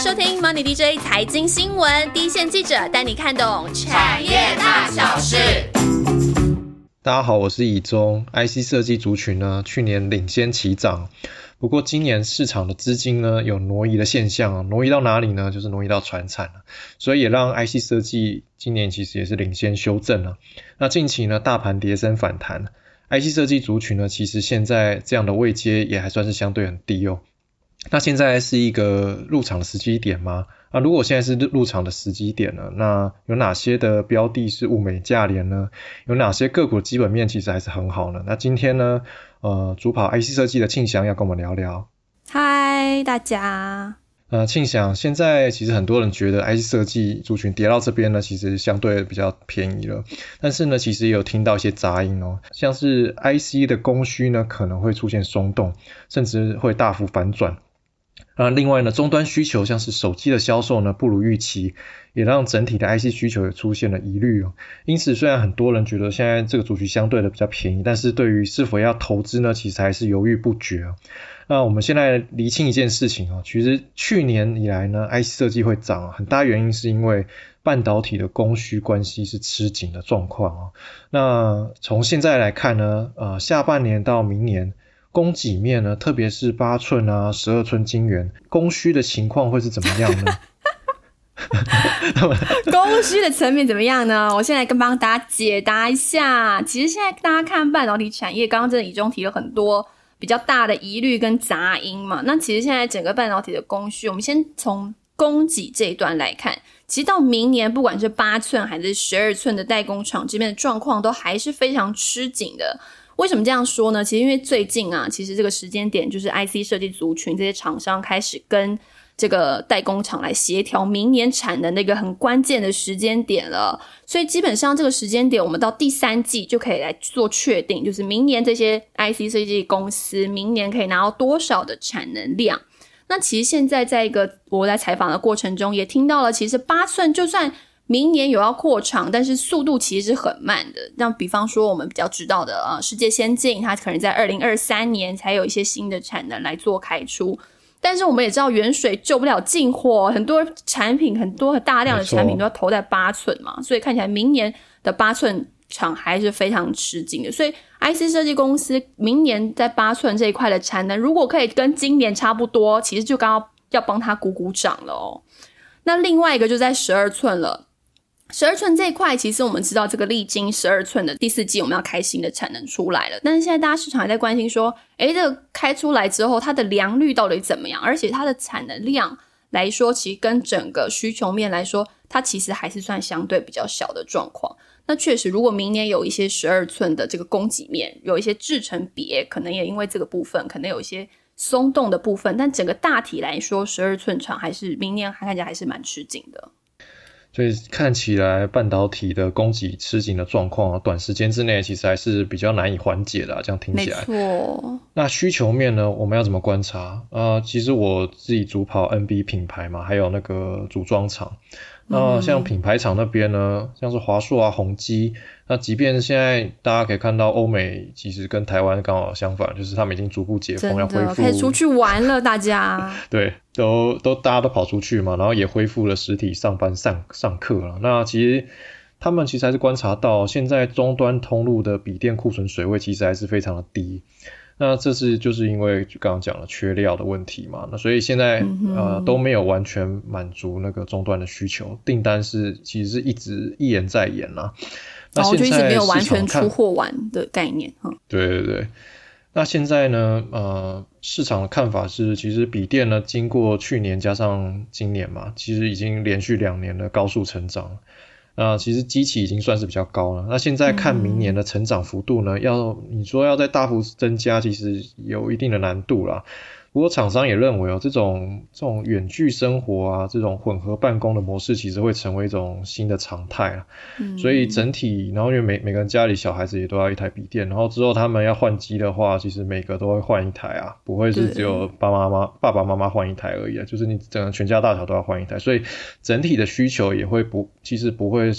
收听 Money DJ 财经新闻，第一线记者带你看懂产业大小事。 大家好，我是以中。 IC 设计族群呢，去年领先起涨，不过今年市场的资金呢有挪移的现象，挪移到哪里呢？就是挪移到传产了，所以也让 IC 设计今年其实也是领先修正了。那近期呢，大盘跌升反弹， IC 设计族群呢，其实现在这样的位阶也还算是相对很低哦。那现在是一个入场的时机点吗？如果现在是入场的时机点呢，那有哪些的标的是物美价廉呢？有哪些个股的基本面其实还是很好呢？那今天呢，主跑 IC 设计的庆祥要跟我们聊聊。 嗨，大家。 庆祥，现在其实很多人觉得 IC 设计族群跌到这边呢，其实相对比较便宜了。但是呢，其实也有听到一些杂音哦，像是 IC 的供需呢可能会出现松动，甚至会大幅反转。另外呢，终端需求像是手机的销售呢不如预期，也让整体的 IC 需求也出现了疑虑哦。因此虽然很多人觉得现在这个族群相对的比较便宜，但是对于是否要投资呢，其实还是犹豫不决哦。那我们现在厘清一件事情哦，其实去年以来呢 IC 设计会涨，很大原因是因为半导体的供需关系是吃紧的状况哦。那从现在来看呢，下半年到明年供给面呢，特别是8寸啊、12寸晶圆供需的情况会是怎么样呢？ 供需的层面怎么样呢？我现在帮大家解答一下。其实现在大家看半导体产业，刚刚真的以中提了很多比较大的疑虑跟杂音嘛。那其实现在整个半导体的供需，我们先从供给这一段来看，其实到明年不管是8寸还是12寸的代工厂这边的状况都还是非常吃紧的。为什么这样说呢？其实因为最近啊，其实这个时间点就是 IC 设计族群这些厂商开始跟这个代工厂来协调明年产能的一个很关键的时间点了。所以基本上这个时间点我们到第3季就可以来做确定，就是明年这些 IC 设计公司明年可以拿到多少的产能量。那其实现在在一个我在采访的过程中也听到了，其实8寸就算明年有要扩厂，但是速度其实是很慢的。像比方说我们比较知道的世界先进，它可能在2023年才有一些新的产能来做开出。但是我们也知道远水救不了近火，很多产品很多大量的产品都要投在8寸嘛，所以看起来明年的8寸厂还是非常吃紧的。所以 IC 设计公司明年在8寸这一块的产能如果可以跟今年差不多，其实就刚刚要帮它鼓鼓掌了哦。那另外一个就在12寸了。12寸这一块其实我们知道这个历经12寸的第4季我们要开新的产能出来了，但是现在大家市场还在关心说这个开出来之后它的良率到底怎么样，而且它的产能量来说其实跟整个需求面来说它其实还是算相对比较小的状况。那确实如果明年有一些12寸的这个供给面有一些制程别可能也因为这个部分可能有一些松动的部分，但整个大体来说12寸厂还是明年看起来还是蛮吃紧的。 所以看起来半导体的供给吃紧的状况短时间之内其实还是比较难以缓解的这样听起来。 没错。 那需求面呢，我们要怎么观察？其实我自己主跑 NB 品牌嘛，还有那个组装厂。那像品牌厂那边呢，像是华硕啊、宏基，那即便现在大家可以看到欧美其实跟台湾刚好相反，就是他们已经逐步解封，要恢复可以出去玩了大家。 对，大家都跑出去嘛，然后也恢复了实体上班上课了。那其实他们其实还是观察到现在终端通路的笔电库存水位其实还是非常的低。那这就是因为刚刚讲了缺料的问题嘛，那所以现在都没有完全满足那个终端的需求，订单其实是一直一延再延啦。那现在就一直没有完全出货完的概念。 对对对。那现在呢市场的看法是其实笔电呢经过去年加上今年嘛，其实已经连续2年的高速成长。其实基期已经算是比较高了。那现在看明年的成长幅度呢，你说要再大幅增加，其实有一定的难度啦。不过厂商也认为这种远距生活啊，这种混合办公的模式其实会成为一种新的常态啊。所以整体，然后因为每个人家里小孩子也都要一台笔电，然后之后他们要换机的话，其实每个都会换一台啊，不会是只有爸爸妈妈换一台而已啊，就是你整个全家大小都要换一台，所以整体的需求也会其实不会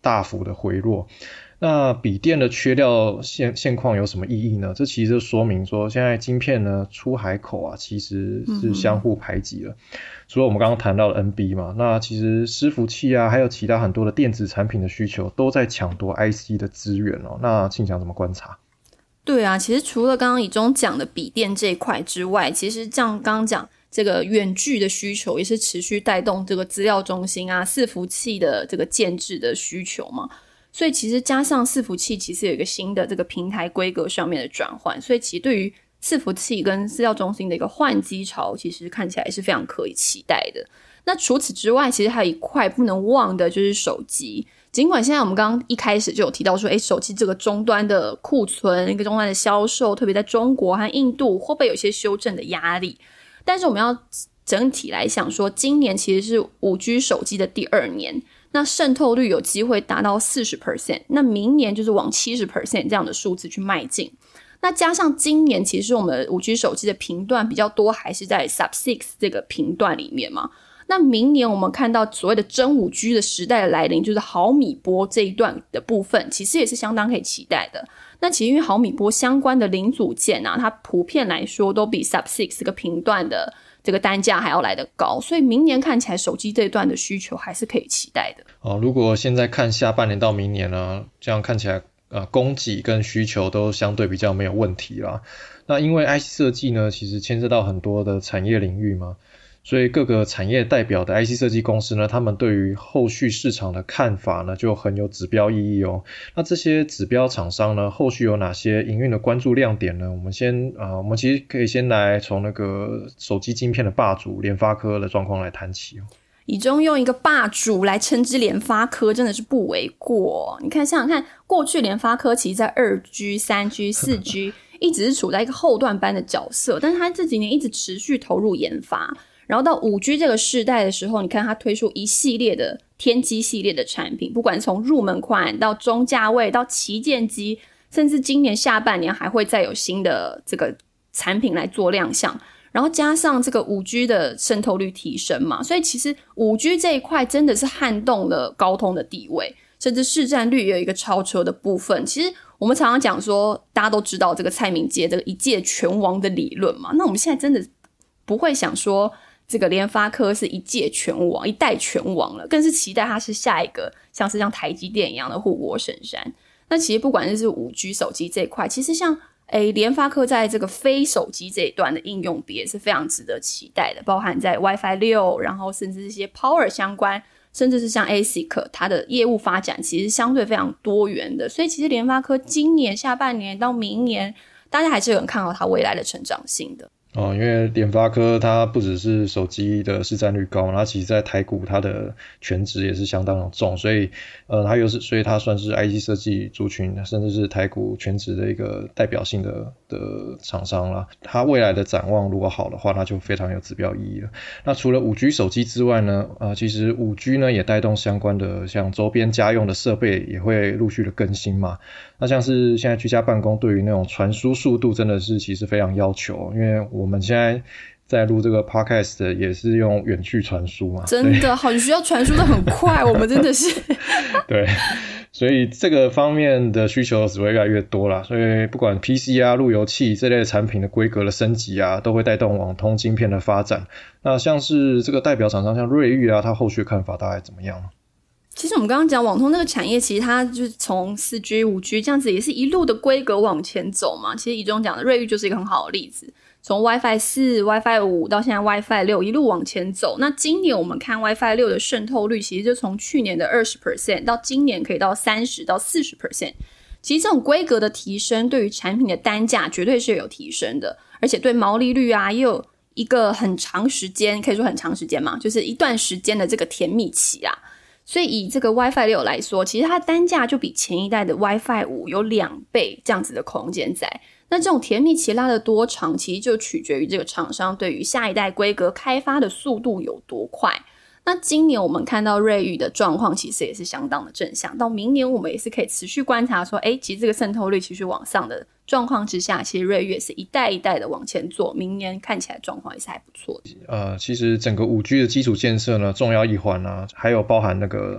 大幅的回落。那笔电的缺料现况有什么意义呢？这其实就说明说现在晶片呢出海口啊其实是相互排挤了。除了我们刚刚谈到的 NB 嘛，那其实伺服器啊还有其他很多的电子产品的需求都在抢夺 IC 的资源哦。那庆祥怎么观察？ 对啊，其实除了刚刚以中讲的笔电这一块之外，其实像刚刚讲这个远距的需求也是持续带动这个资料中心啊伺服器的这个建制的需求嘛。所以其实加上伺服器其实有一个新的这个平台规格上面的转换，所以其实对于伺服器跟资料中心的一个换机潮其实看起来是非常可以期待的。那除此之外其实还有一块不能忘的就是手机，尽管现在我们刚刚一开始就有提到说手机这个终端的库存一个终端的销售特别在中国和印度会不会有些修正的压力，但是我们要整体来想说今年其实是 5G 手机的第2年，那渗透率有机会达到 40%， 那明年就是往 70% 这样的数字去迈进。那加上今年其实我们的 5G 手机的频段比较多还是在 Sub-6 这个频段里面嘛，那明年我们看到所谓的真 5G 的时代的来临，就是毫米波这一段的部分其实也是相当可以期待的。那其实因为毫米波相关的零组件啊，它普遍来说都比 Sub-6 这个频段的这个单价还要来得高，所以明年看起来手机这一段的需求还是可以期待的。 如果现在看下半年到明年呢，这样看起来供给跟需求都相对比较没有问题啦。那因为 IC 设计呢其实牵涉到很多的产业领域嘛，所以各个产业代表的 IC 设计公司呢，他们对于后续市场的看法呢就很有指标意义哦。那这些指标厂商呢后续有哪些营运的关注亮点呢？我们其实可以先来从那个手机晶片的霸主联发科的状况来谈起哦。 以中用一个霸主来称之联发科真的是不为过。你看想想看，过去联发科其实在 2G 3G 4G 一直是处在一个后段班的角色，但是它这几年一直持续投入研发，然后到 5G 这个世代的时候，你看它推出一系列的天玑系列的产品，不管从入门款到中价位到旗舰机，甚至今年下半年还会再有新的这个产品来做亮相，然后加上这个 5G 的渗透率提升嘛，所以其实 5G 这一块真的是撼动了高通的地位，甚至市占率也有一个超车的部分。其实我们常常讲说大家都知道这个蔡明介这个一届拳王的理论嘛，那我们现在真的不会想说这个联发科是一届拳王一代拳王了，更是期待它是下一个像是像台积电一样的护国神山。那其实不管是 5G 手机这一块，其实像联发科在这个非手机这一段的应用比也是非常值得期待的，包含在 Wi-Fi 6，然后甚至这些 Power 相关，甚至是像 ASIC 它的业务发展其实相对非常多元的，所以其实联发科今年下半年到明年大家还是很看好它未来的成长性的。 因为联发科它不只是手机的市占率高，它其实在台股它的权值也是相当的重，所以它算是 IC 设计族群甚至是台股权值的一个代表性的厂商啦。它未来的展望如果好的话，那就非常有指标意义了。那除了 5G 手机之外呢，其实 5G 呢也带动相关的像周边家用的设备也会陆续的更新嘛。那像是现在居家办公对于那种传输速度真的是其实非常要求，因为我们现在在录这个 podcast 也是用远距传输嘛， 真的好需要传输的很快我们真的是对，所以这个方面的需求只会越来越多啦，所以不管 PC 啊路由器这类产品的规格的升级啊，都会带动网通晶片的发展。那像是这个代表厂商像瑞昱啊，它后续看法大概怎么样呢？ 其实我们刚刚讲网通那个产业，其实它就是从 4G 5G 这样子也是一路的规格往前走嘛。其实以中讲的瑞昱就是一个很好的例子，从 WiFi 4 WiFi 5到现在 WiFi 6一路往前走。那今年我们看 WiFi 6的渗透率其实就从去年的 20% 到今年可以到30到 40%。其实这种规格的提升对于产品的单价绝对是有提升的，而且对毛利率啊也有一个很长时间，可以说很长时间嘛，就是一段时间的这个甜蜜期啊。所以以这个 WiFi 6来说，其实它单价就比前一代的 WiFi 5有2倍这样子的空间在。那这种甜蜜期拉得多长，其实就取决于这个厂商对于下一代规格开发的速度有多快。那今年我们看到瑞昱的状况其实也是相当的正向，到明年我们也是可以持续观察说其实这个渗透率持续往上的状况之下，其实瑞昱也是一代一代的往前做，明年看起来状况也是还不错的。 其实整个 5G 的基础建设呢，重要一环啊，还有包含那个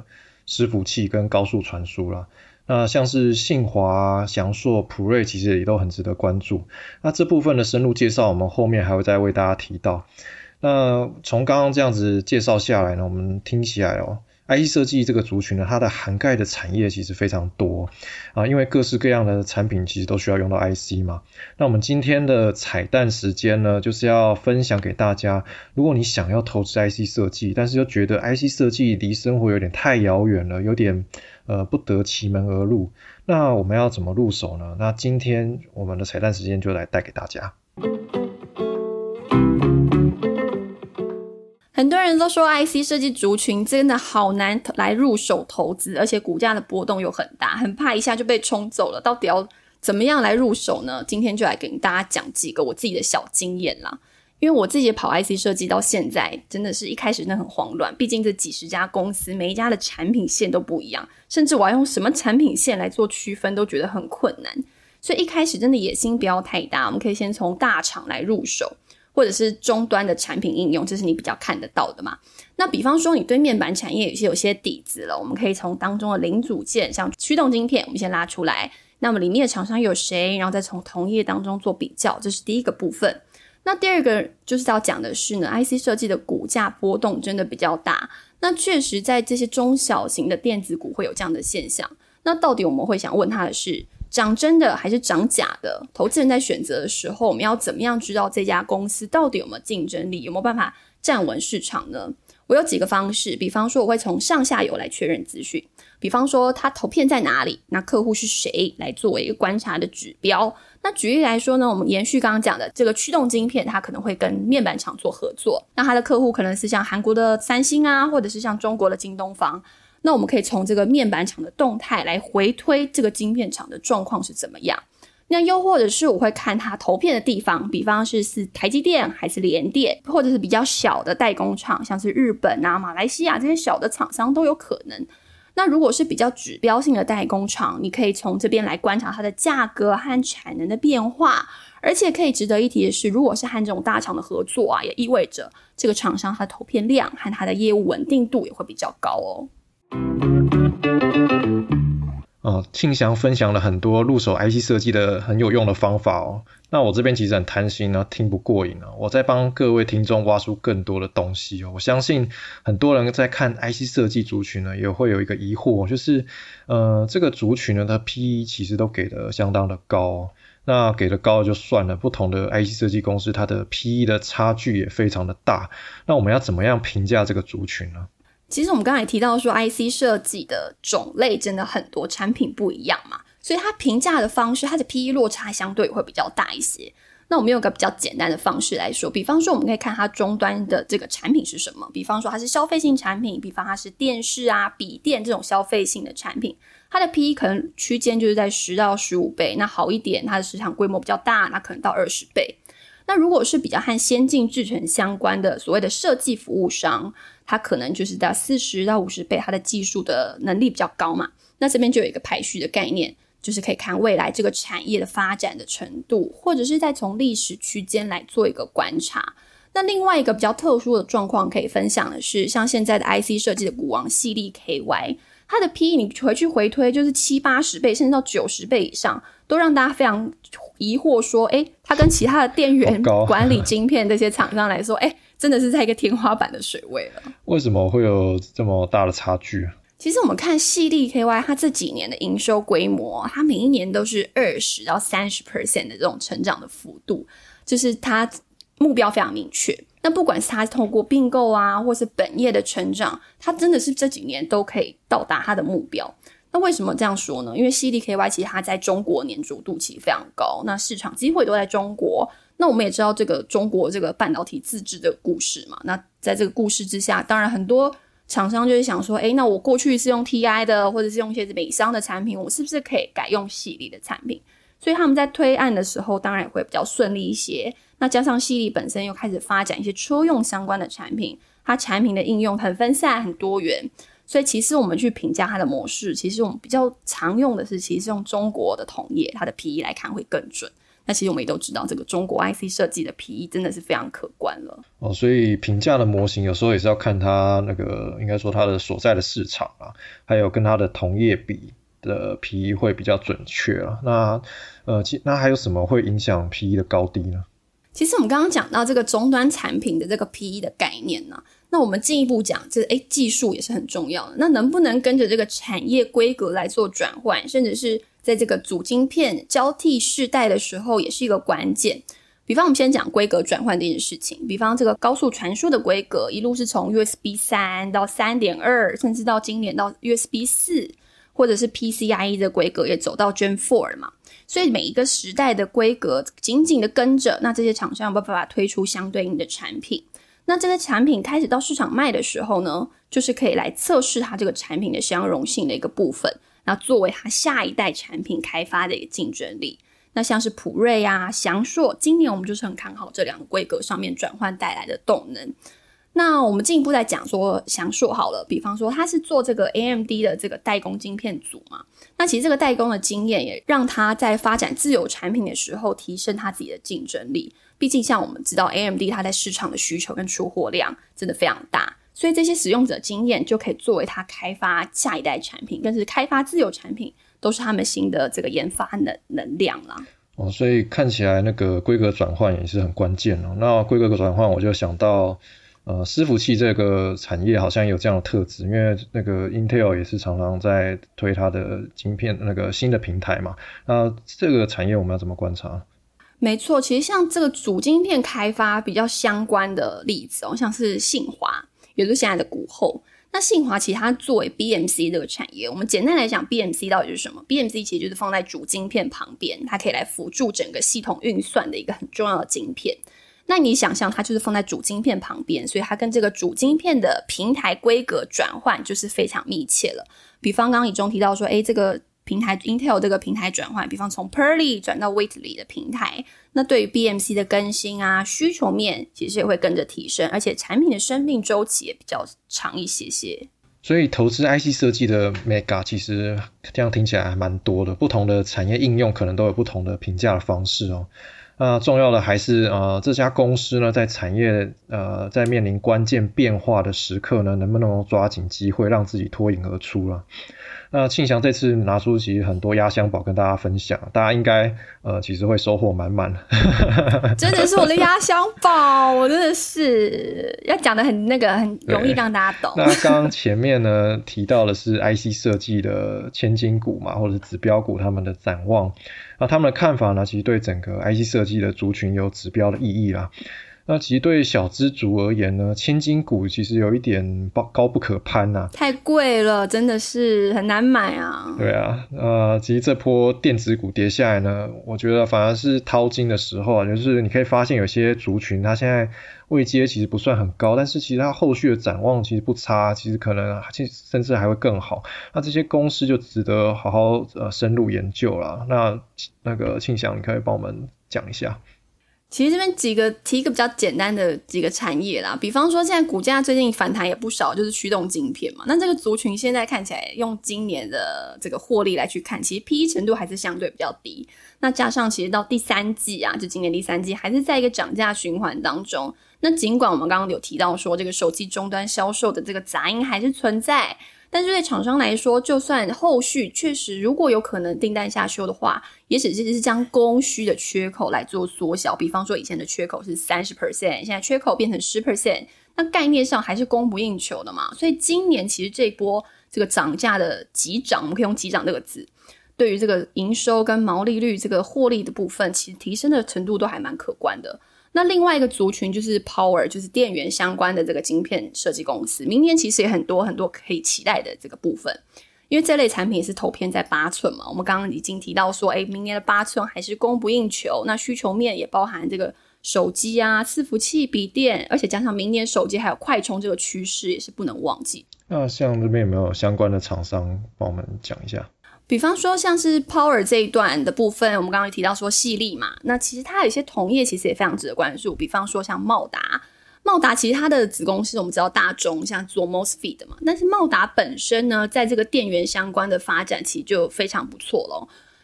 伺服器跟高速传输啦。那像是信华、祥硕、普瑞其实也都很值得关注。那这部分的深入介绍我们后面还会再为大家提到。那从刚刚这样子介绍下来呢，我们听起来IC 设计这个族群呢，它的涵盖的产业其实非常多因为各式各样的产品其实都需要用到 IC 嘛。那我们今天的彩蛋时间呢，就是要分享给大家，如果你想要投资 IC 设计，但是又觉得 IC 设计离生活有点太遥远了，有点不得其门而入，那我们要怎么入手呢？那今天我们的彩蛋时间就来带给大家。 很多人都说 IC 设计族群真的好难来入手投资，而且股价的波动又很大，很怕一下就被冲走了，到底要怎么样来入手呢？今天就来跟大家讲几个我自己的小经验啦。因为我自己跑 IC 设计到现在，真的是一开始真的很慌乱，毕竟这几十家公司每一家的产品线都不一样，甚至我要用什么产品线来做区分都觉得很困难，所以一开始真的野心不要太大，我们可以先从大厂来入手，或者是终端的产品应用，这是你比较看得到的嘛。那比方说你对面板产业有些底子了，我们可以从当中的零组件，像驱动晶片我们先拉出来，那么里面的厂商有谁，然后再从同业当中做比较，这是第一个部分。那第二个就是要讲的是呢 IC 设计的股价波动真的比较大，那确实在这些中小型的电子股会有这样的现象。那到底我们会想问他的是，涨真的还是涨假的？投资人在选择的时候，我们要怎么样知道这家公司到底有没有竞争力，有没有办法站稳市场呢？我有几个方式，比方说我会从上下游来确认资讯，比方说它投片在哪里，那客户是谁，来作为一个观察的指标。那举例来说呢，我们延续刚刚讲的这个驱动晶片，它可能会跟面板厂做合作，那它的客户可能是像韩国的三星啊，或者是像中国的京东方。那我们可以从这个面板厂的动态来回推这个晶片厂的状况是怎么样。那又或者是我会看它投片的地方，比方是台积电还是联电，或者是比较小的代工厂，像是日本啊、马来西亚这些小的厂商都有可能。那如果是比较指标性的代工厂，你可以从这边来观察它的价格和产能的变化。而且可以值得一提的是，如果是和这种大厂的合作啊，也意味着这个厂商它的投片量和它的业务稳定度也会比较高哦。 庆祥分享了很多入手 IC 设计的很有用的方法哦。那我这边其实很贪心呢，听不过瘾我再帮各位听众挖出更多的东西我相信很多人在看 IC 设计族群呢，也会有一个疑惑，就是这个族群呢，它 PE 其实都给的相当的高那给的高就算了，不同的 IC 设计公司它的 PE 的差距也非常的大。那我们要怎么样评价这个族群呢？ 其实我们刚才提到说 IC 设计的种类真的很多，产品不一样嘛，所以它评价的方式，它的 PE 落差相对会比较大一些。那我们有个比较简单的方式来说，比方说我们可以看它终端的这个产品是什么，比方说它是消费性产品，比方它是电视啊、笔电这种消费性的产品，它的 PE 可能区间就是在10到15倍，那好一点它的市场规模比较大，那可能到20倍。那如果是比较和先进制程相关的所谓的设计服务商，它可能就是到40到50倍，它的技术的能力比较高嘛。那这边就有一个排序的概念，就是可以看未来这个产业的发展的程度，或者是再从历史区间来做一个观察。那另外一个比较特殊的状况可以分享的是，像现在的 IC 设计的股王矽力 KY， 它的 PE 你回去回推就是70-80倍甚至到90倍以上，都让大家非常疑惑说它跟其他的电源管理晶片这些厂商来说真的是在一个天花板的水位了。 为什么会有这么大的差距？ 其实我们看矽力 KY 它这几年的营收规模，它每一年都是20%到30% 的这种成长的幅度，就是它目标非常明确。那不管是它透过并购啊，或是本业的成长，它真的是这几年都可以到达它的目标。那为什么这样说呢？因为矽力 KY 其实它在中国黏着度其实非常高，那市场机会都在中国。那我们也知道这个中国这个半导体自制的故事嘛，那在这个故事之下，当然很多厂商就会想说那我过去是用 TI 的，或者是用一些美商的产品，我是不是可以改用矽力的产品？所以他们在推案的时候当然也会比较顺利一些。那加上矽力本身又开始发展一些车用相关的产品，它产品的应用很分散很多元，所以其实我们去评价它的模式，其实我们比较常用的是其实是用中国的同业它的 PE 来看会更准。 那其实我们也都知道，这个中国 IC 设计的 PE 真的是非常可观了。 所以评价的模型有时候也是要看它那个应该说它的所在的市场啊，还有跟它的同业比的 PE 会比较准确啊。那还有什么会影响 PE 的高低呢？ 其实我们刚刚讲到这个终端产品的这个 PE 的概念呢，那我们进一步讲，技术也是很重要的。那能不能跟着这个产业规格来做转换，甚至是在这个主晶片交替世代的时候，也是一个关键。比方我们先讲规格转换这件事情，比方这个高速传输的规格，一路是从 USB 3到 3.2， 甚至到今年到 USB 4，或者是 PCIe 的规格也走到 Gen 4了嘛。所以每一个时代的规格紧紧的跟着，那这些厂商有办法推出相对应的产品。那这个产品开始到市场卖的时候呢，就是可以来测试它这个产品的相容性的一个部分，那作为它下一代产品开发的一个竞争力。那像是普瑞啊、祥硕，今年我们就是很看好这两个规格上面转换带来的动能。那我们进一步再讲说祥硕好了，比方说它是做这个 AMD 的这个代工晶片组嘛，那其实这个代工的经验也让它在发展自有产品的时候提升它自己的竞争力。毕竟像我们知道 AMD 它在市场的需求跟出货量真的非常大，所以这些使用者经验就可以作为它开发下一代产品，更是开发自有产品，都是他们新的这个研发能量啦。 所以看起来那个规格转换也是很关键哦。那规格转换我就想到伺服器这个产业好像有这样的特质，因为那个 Intel 也是常常在推它的晶片那个新的平台嘛。那这个产业我们要怎么观察？ 没错，其实像这个主晶片开发比较相关的例子像是信华，也就是现在的股后。那信华其实它作为 BMC 这个产业，我们简单来讲 BMC 到底是什么？ BMC 其实就是放在主晶片旁边，它可以来辅助整个系统运算的一个很重要的晶片。那你想象它就是放在主晶片旁边，所以它跟这个主晶片的平台规格转换就是非常密切了。比方刚刚以中提到说这个平台 Intel 这个平台转换，比方从 Purley 转到 Whitley 的平台，那对于 BMC 的更新啊，需求面其实也会跟着提升，而且产品的生命周期也比较长一些些。 所以投资 IC 设计的 Mega 其实这样听起来还蛮多的，不同的产业应用可能都有不同的评价的方式哦。那重要的还是这家公司呢，在产业在面临关键变化的时刻呢，能不能抓紧机会让自己脱颖而出啦。那庆祥这次拿出其实很多压箱宝跟大家分享，大家应该其实会收获满满。 真的是我的压箱宝，我真的是要讲的很容易让大家懂。 那刚刚前面呢提到的是 IC 设计的千金股嘛，或者是指标股他们的展望，那他们的看法呢，其实对整个 IC 设计的族群有指标的意义啦。那其实对小资族而言呢，千金股其实有一点高不可攀啊， 太贵了，真的是很难买啊。 对啊，其实这波电子股跌下来呢，我觉得反而是淘金的时候啊，就是你可以发现有些族群它现在位阶其实不算很高，但是其实它后续的展望其实不差，其实可能甚至还会更好。那这些公司就值得好好深入研究啦。那个庆祥，你可以帮我们讲一下。 其实这边提一个比较简单的几个产业啦，比方说现在股价最近反弹也不少，就是驱动晶片嘛。那这个族群现在看起来用今年的这个获利来去看，其实 PE 程度还是相对比较低。那加上其实到第三季啊，就今年第三季还是在一个涨价循环当中。那尽管我们刚刚有提到说这个手机终端销售的这个杂音还是存在，但是对厂商来说，就算后续确实如果有可能订单下修的话，也只是将供需的缺口来做缩小。比方说以前的缺口是 30%， 现在缺口变成 10%， 那概念上还是供不应求的嘛。所以今年其实这一波这个涨价的急涨，我们可以用急涨这个字，对于这个营收跟毛利率这个获利的部分，其实提升的程度都还蛮可观的。那另外一个族群就是 Power， 就是电源相关的这个晶片设计公司，明年其实也很多可以期待的这个部分，因为这类产品是投偏在8寸嘛，我们刚刚已经提到说明年的8寸还是供不应求，那需求面也包含这个手机啊、伺服器、笔电，而且加上明年手机还有快充这个趋势也是不能忘记。 那像这边有没有相关的厂商帮我们讲一下？ 比方说像是 Power 这一段的部分，我们刚刚有提到说细粒嘛，那其实它有一些同业其实也非常值得关注，比方说像茂达其实它的子公司我们知道大中像做 MOSFET 的嘛，但是茂达本身呢在这个电源相关的发展其实就非常不错咯。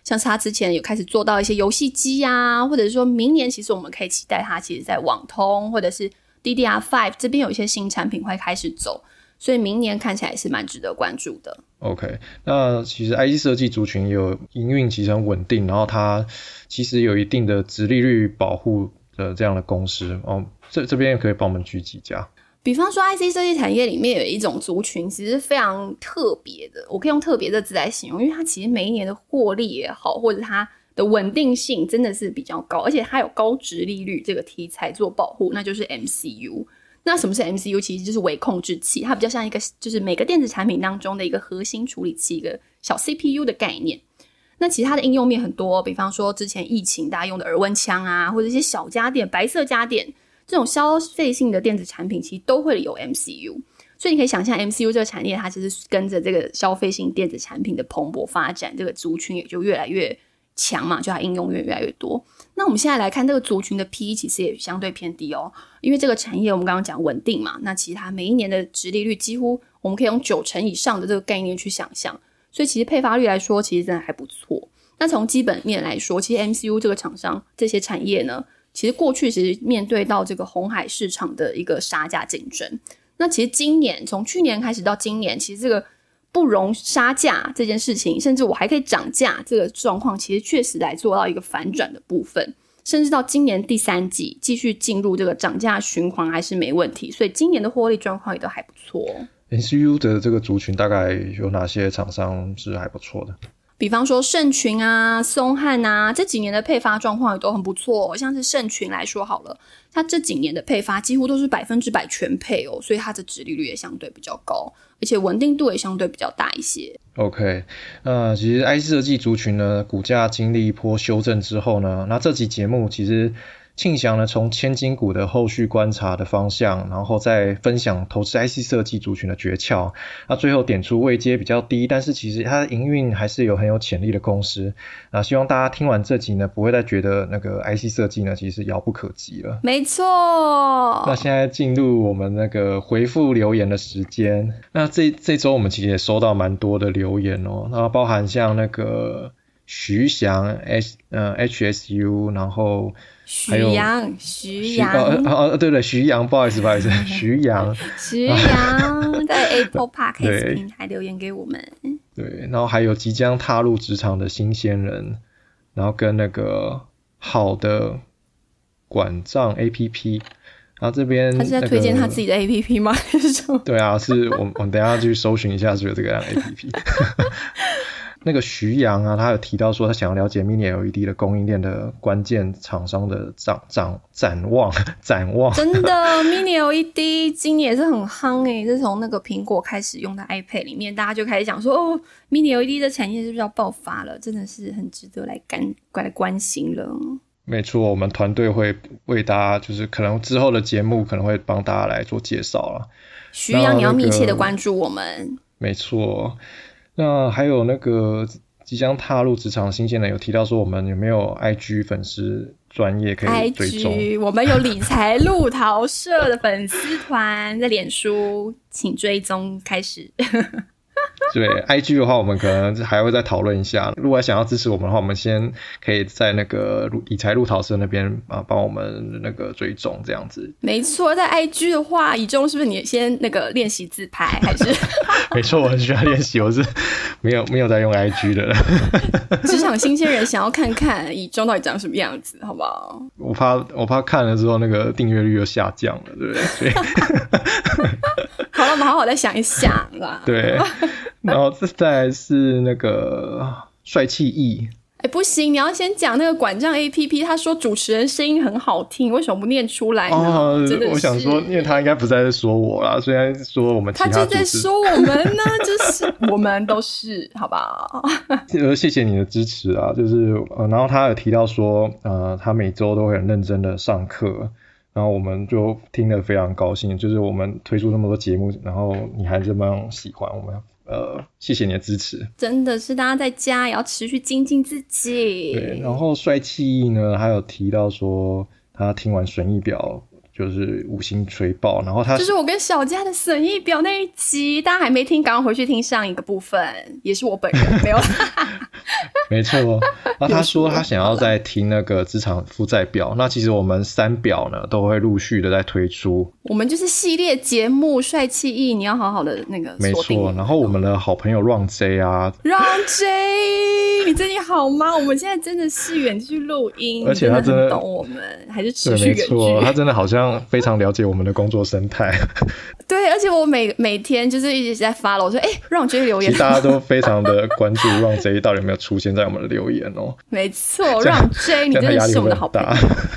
像是他之前有开始做到一些游戏机啊，或者是说明年其实我们可以期待他其实在网通或者是 DDR5 这边有一些新产品会开始走，所以明年看起来是蛮值得关注的。 OK， 那其实 IC 设计族群也有营运其实很稳定，然后它其实有一定的殖利率保护的这样的公司哦，这边可以帮我们举几家。 比方说 IC 设计产业里面有一种族群其实是非常特别的，我可以用特别这字来形容，因为它其实每一年的获利也好，或者它的稳定性真的是比较高，而且它有高殖利率这个题材做保护，那就是 MCU。那什么是 MCU？ 其实就是微控制器，它比较像一个就是每个电子产品当中的一个核心处理器，一个小 CPU 的概念。那其实它的应用面很多，比方说之前疫情大家用的耳温枪啊，或者一些小家电、白色家电这种消费性的电子产品，其实都会有 MCU。所以你可以想象 MCU 这个产业，它其实跟着这个消费性电子产品的蓬勃发展，这个族群也就越来越强嘛，就它应用越来越多。那我们现在来看这个族群的 PE 其实也相对偏低哦，因为这个产业我们刚刚讲稳定嘛，那其实它每一年的殖利率几乎我们可以用9%以上的这个概念去想象，所以其实配发率来说其实真的还不错。那从基本面来说，其实 MCU 这个厂商这些产业呢，其实过去其实面对到这个红海市场的一个杀价竞争，那其实今年从去年开始到今年，其实这个不容杀价这件事情，甚至我还可以涨价这个状况，其实确实来做到一个反转的部分，甚至到今年第3季继续进入这个涨价循环还是没问题，所以今年的获利状况也都还不错。 MCU 的这个族群大概有哪些厂商是还不错的？ 比方说盛群啊、松汉啊，这几年的配发状况也都很不错，像是盛群来说好了，它这几年的配发几乎都是100%全配哦，所以它的殖利率也相对比较高，而且稳定度也相对比较大一些。 OK， 其实 IC 设计族群呢，股价经历一波修正之后呢，那这集节目其实庆祥呢从千金股的后续观察的方向，然后再分享投资 IC 设计族群的诀窍，那最后点出位阶比较低，但是其实它的营运还是有很有潜力的公司。那希望大家听完这集呢，不会再觉得那个 IC 设计呢其实遥不可及了。 没错。 那现在进入我们那个回复留言的时间。那这周我们其实也收到蛮多的留言哦，那包含像那个徐翔 HSU， 然后还有徐阳对，徐阳，不好意思徐阳在 Apple Podcast 平台留言给我们。 对，然后还有即将踏入职场的新鲜人，然后跟那个好的管账 APP， 然后这边他是在推荐他自己的 APP 吗？ 对啊，是我等一下去搜寻一下是有这个样的 APP。那个徐阳啊，他有提到说他想要了解 Mini LED 的供应链的关键厂商的展望。真的 Mini LED 今年也是很夯欸，是从那个苹果开始用的 iPad 里面，大家就开始讲说哦 Mini LED 的产业是不是要爆发了，真的是很值得来关心了。 没错，我们团队会为大家就是可能之后的节目可能会帮大家来做介绍啦。 徐阳你要密切的关注我们。 没错。那还有那个即将踏入职场新鲜人有提到说我们有没有 IG 粉丝专页可以追踪。 IG 我们有理财路桃社的粉丝团在脸书，请追踪开始。 对 IG 的话我们可能还会再讨论一下，如果想要支持我们的话，我们先可以在那个理财路桃社那边帮我们那个追踪这样子。 没错，在 IG 的话，以中是不是你先那个练习自拍还是？ 没错，我很需要练习，我是没有在用 IG 的。 职场新鲜人想要看看以中到底长什么样子，好不好？ 我怕看了之后那个订阅率又下降了，对不对？所以好了，我们好好再想一想啦。 对，然后再来是那个帅气E。 不行，你要先讲那个管账 APP， 他说主持人声音很好听，为什么不念出来呢？真的是， 我想说，因为他应该不在说我啦，虽然说我们其他他就在说我们呢，就是我们都是，好不好？ 谢谢你的支持啊，就是然后他有提到说，他每周都会很认真的上课，然后我们就听得非常高兴，就是我们推出那么多节目，然后你还这么喜欢我们。谢谢你的支持， 真的是大家在家也要持续精进自己。 对，然后帅气呢，还有提到说他听完损益表就是五星吹爆，然后他就是我跟小佳的损益表那一集，大家还没听，赶快回去听上一个部分，也是我本人没有没错。那他说他想要再听那个资产负债表，那其实我们3表呢都会陆续的在推出， 我们就是系列节目帅气艺，你要好好的那个没错。然后我们的好朋友 Ron J 啊 ，Ron J， 你最近好吗？我们现在真的是远距录音， 而且他真的很懂我们，还是持续远距。 没错，他真的好像非常了解我们的工作生态。 对，而且我每天就是一直在follow，我说Ron J 留言， 其实大家都非常的关注 Ron J 到底有没有出现在我们的留言哦。 没错，Ron J 你真的是我们的好朋友。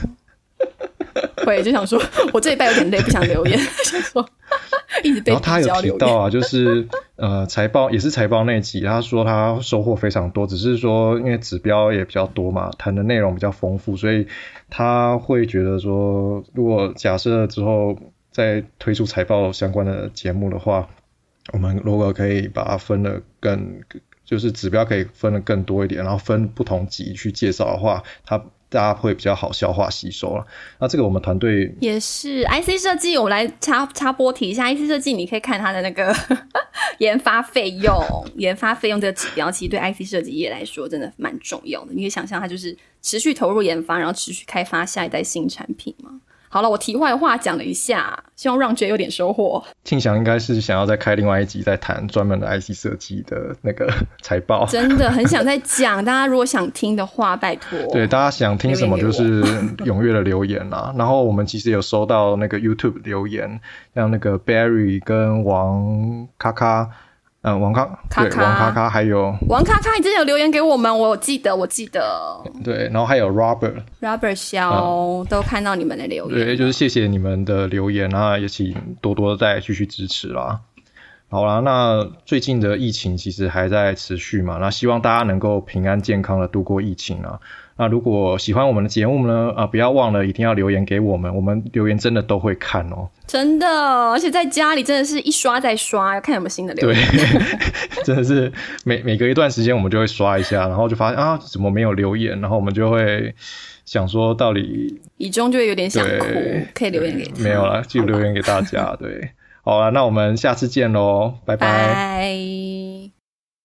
会就想说，我这一拜有点累，不想留言，想说一直被比较留言。 然后他有提到啊，就是财报也是财报那集，他说他收获非常多，只是说因为指标也比较多嘛，谈的内容比较丰富，所以他会觉得说，如果假设之后再推出财报相关的节目的话，我们如果可以把它分得更，就是指标可以分得更多一点，然后分不同集去介绍的话，大家会比较好消化吸收了。那这个我们团队也是 IC 设计，我来插播提一下 IC 设计，你可以看它的那个研发费用这个指标，其实对 IC 设计业来说真的蛮重要的。你可以想象它就是持续投入研发，然后持续开发下一代新产品嘛。好了，我题外话讲了一下，希望让觉得有点收获。 庆祥应该是想要再开另外一集再谈专门的 IC 设计的那个财报， 真的很想再讲，大家如果想听的话，拜托。 对，大家想听什么就是踊跃的留言啦。然后我们其实有收到那个 YouTube 留言，像那个 Barry 跟王咔咔。王咔咔还有王咔咔，你之前有留言给我们，我记得。 对，然后还有 Robert 肖、都看到你们的留言。 对，就是谢谢你们的留言啊，也请多多再继续支持啦。好啦，那最近的疫情其实还在持续嘛，那希望大家能够平安健康的度过疫情啊。那如果喜欢我们的节目呢，不要忘了一定要留言给我们，我们留言真的都会看哦。 真的，而且在家里真的是一刷再刷，要看有没有新的留言。 对，真的是每隔一段时间我们就会刷一下，然后就发现啊怎么没有留言，然后我们就会想说到底以中就会有点想哭，可以留言给他。 没有啦，就留言给大家。对，好啦，那我们下次见咯，拜拜。